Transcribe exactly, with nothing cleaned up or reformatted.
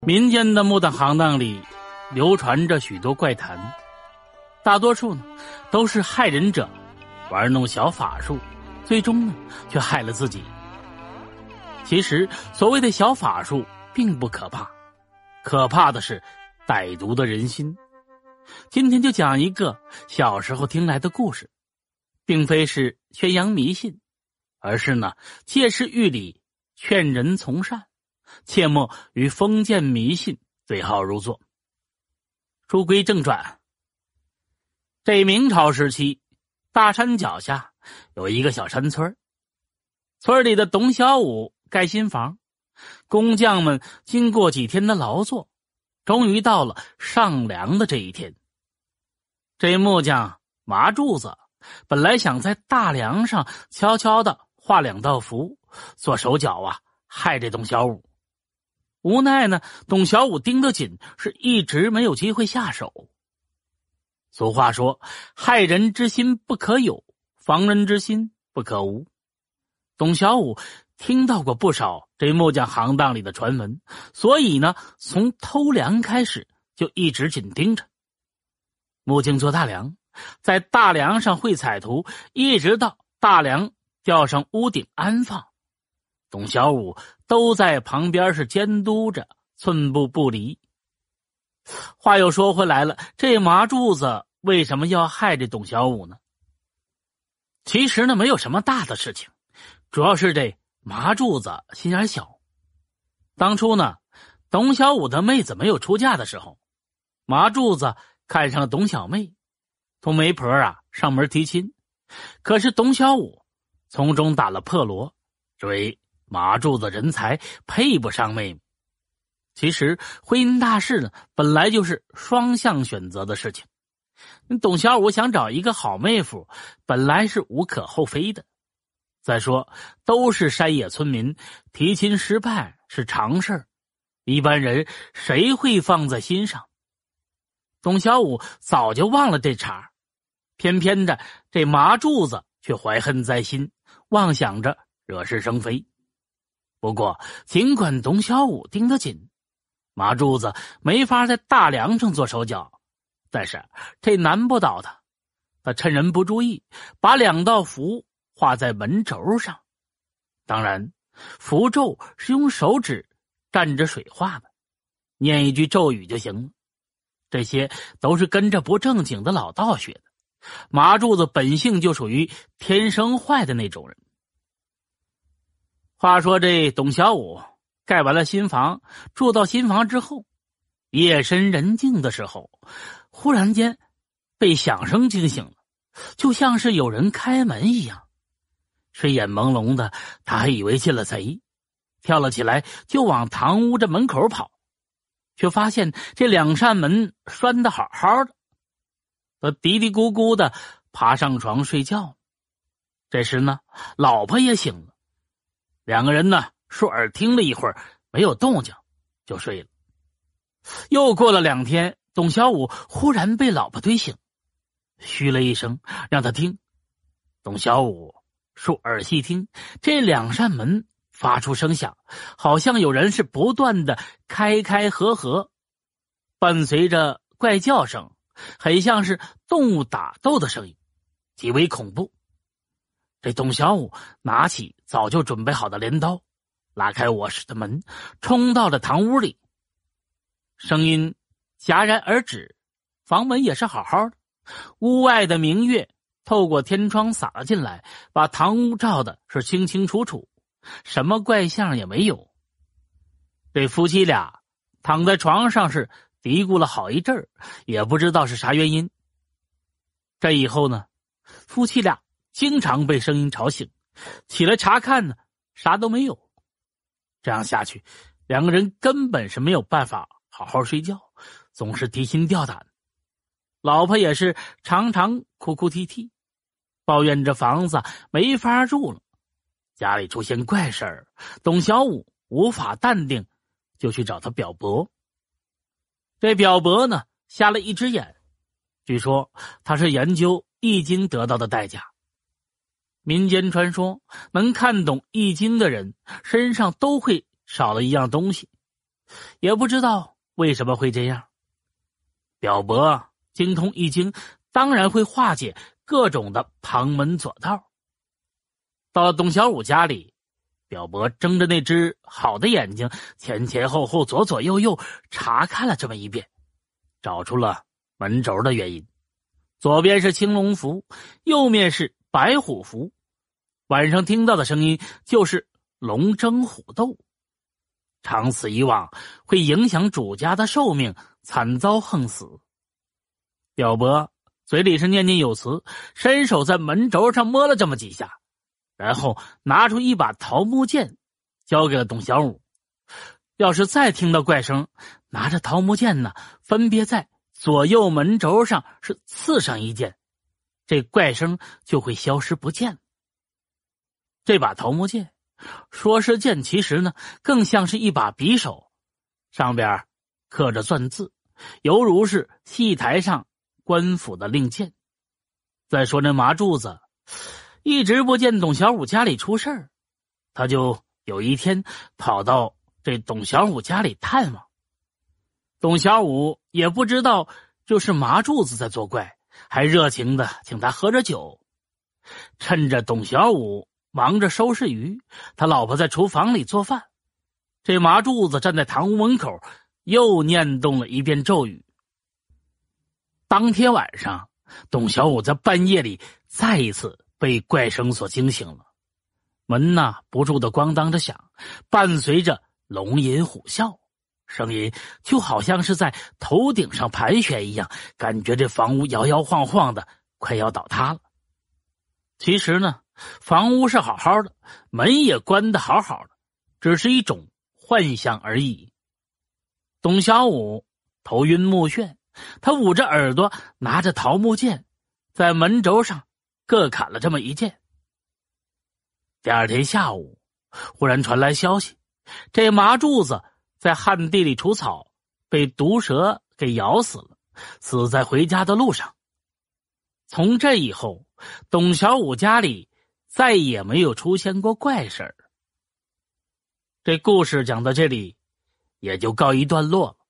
民间的木匠行当里流传着许多怪谈，大多数呢都是害人者玩弄小法术，最终呢却害了自己。其实所谓的小法术并不可怕，可怕的是歹毒的人心。今天就讲一个小时候听来的故事，并非是宣扬迷信，而是呢借势喻理，劝人从善，切莫与封建迷信对号入座。书归正传，这明朝时期，大山脚下有一个小山村，村里的董小五盖新房，工匠们经过几天的劳作，终于到了上梁的这一天。这木匠麻柱子本来想在大梁上悄悄地画两道符，做手脚啊，害这董小五。无奈呢，董小五盯得紧，是一直没有机会下手。俗话说，害人之心不可有，防人之心不可无。董小五听到过不少这木匠行当里的传闻，所以呢，从偷梁开始就一直紧盯着。木匠做大梁，在大梁上绘彩图，一直到大梁吊上屋顶安放，董小五都在旁边是监督着，寸步不离。话又说回来了，这麻柱子为什么要害这董小五呢？其实呢，没有什么大的事情，主要是这麻柱子心眼小。当初呢，董小五的妹子没有出嫁的时候，麻柱子看上了董小妹，同媒婆啊上门提亲。可是董小五从中打了破锣，认为麻柱子人才配不上妹妹。其实婚姻大事呢，本来就是双向选择的事情。董小五想找一个好妹夫，本来是无可厚非的。再说，都是山野村民，提亲失败是常事儿，一般人谁会放在心上？董小五早就忘了这茬，偏偏的这麻柱子却怀恨在心，妄想着惹是生非。不过尽管董小五盯得紧，麻柱子没法在大梁上做手脚，但是这难不倒他。他趁人不注意，把两道符画在门轴上。当然，符咒是用手指蘸着水画的，念一句咒语就行了。这些都是跟着不正经的老道学的。麻柱子本性就属于天生坏的那种人。话说这董小五盖完了新房，住到新房之后，夜深人静的时候，忽然间被响声惊醒了，就像是有人开门一样。睡眼朦胧的，他还以为进了贼，跳了起来就往堂屋这门口跑，却发现这两扇门拴得好好的。他嘀嘀咕咕的爬上床睡觉。这时呢，老婆也醒了，两个人呢竖耳听了一会儿，没有动静，就睡了。又过了两天，董小五忽然被老婆推醒，嘘了一声让他听。董小五竖耳细听，这两扇门发出声响，好像有人是不断的开开合合，伴随着怪叫声，很像是动物打斗的声音，极为恐怖。这董小五拿起早就准备好的镰刀，拉开卧室的门，冲到了堂屋里。声音戛然而止，房门也是好好的，屋外的明月透过天窗洒了进来，把堂屋照的是清清楚楚，什么怪象也没有。这夫妻俩躺在床上是嘀咕了好一阵儿，也不知道是啥原因。这以后呢，夫妻俩经常被声音吵醒，起来查看呢，啥都没有。这样下去，两个人根本是没有办法好好睡觉，总是提心吊胆。老婆也是常常哭哭啼啼，抱怨着房子没法住了，家里出现怪事儿。董小五无法淡定，就去找他表伯。这表伯呢，瞎了一只眼，据说他是研究易经得到的代价。民间传说，能看懂易经的人身上都会少了一样东西， 也不知道为什么会这样。表伯精通易经，当然会化解各种的旁门左道。到了董小五家里，表伯睁着那只好的眼睛，前前后后左左右右查看了这么一遍，找出了门轴的原因。左边是青龙符，右面是白虎符，晚上听到的声音就是龙争虎斗，长此以往会影响主家的寿命，惨遭横死。表伯嘴里是念念有词，伸手在门轴上摸了这么几下，然后拿出一把桃木剑交给了董小五。要是再听到怪声，拿着桃木剑呢，分别在左右门轴上是刺上一剑，这怪声就会消失不见。这把桃木剑说是剑，其实呢更像是一把匕首，上边刻着篆字，犹如是戏台上官府的令箭。再说那麻柱子一直不见董小五家里出事儿，他就有一天跑到这董小五家里探望。董小五也不知道就是麻柱子在作怪，还热情的请他喝着酒。趁着董小五忙着收拾鱼，他老婆在厨房里做饭，这麻柱子站在堂屋门口又念动了一遍咒语。当天晚上，董小五在半夜里再一次被怪声所惊醒了，门呐不住的咣当着响，伴随着龙吟虎啸，声音就好像是在头顶上盘旋一样，感觉这房屋摇摇晃晃的，快要倒塌了。其实呢，房屋是好好的，门也关得好好的，只是一种幻象而已。董小五头晕目眩，他捂着耳朵，拿着桃木剑在门轴上各砍了这么一剑。第二天下午，忽然传来消息，这麻柱子在旱地里除草，被毒蛇给咬死了，死在回家的路上。从这以后，董小五家里再也没有出现过怪事儿。这故事讲到这里也就告一段落了。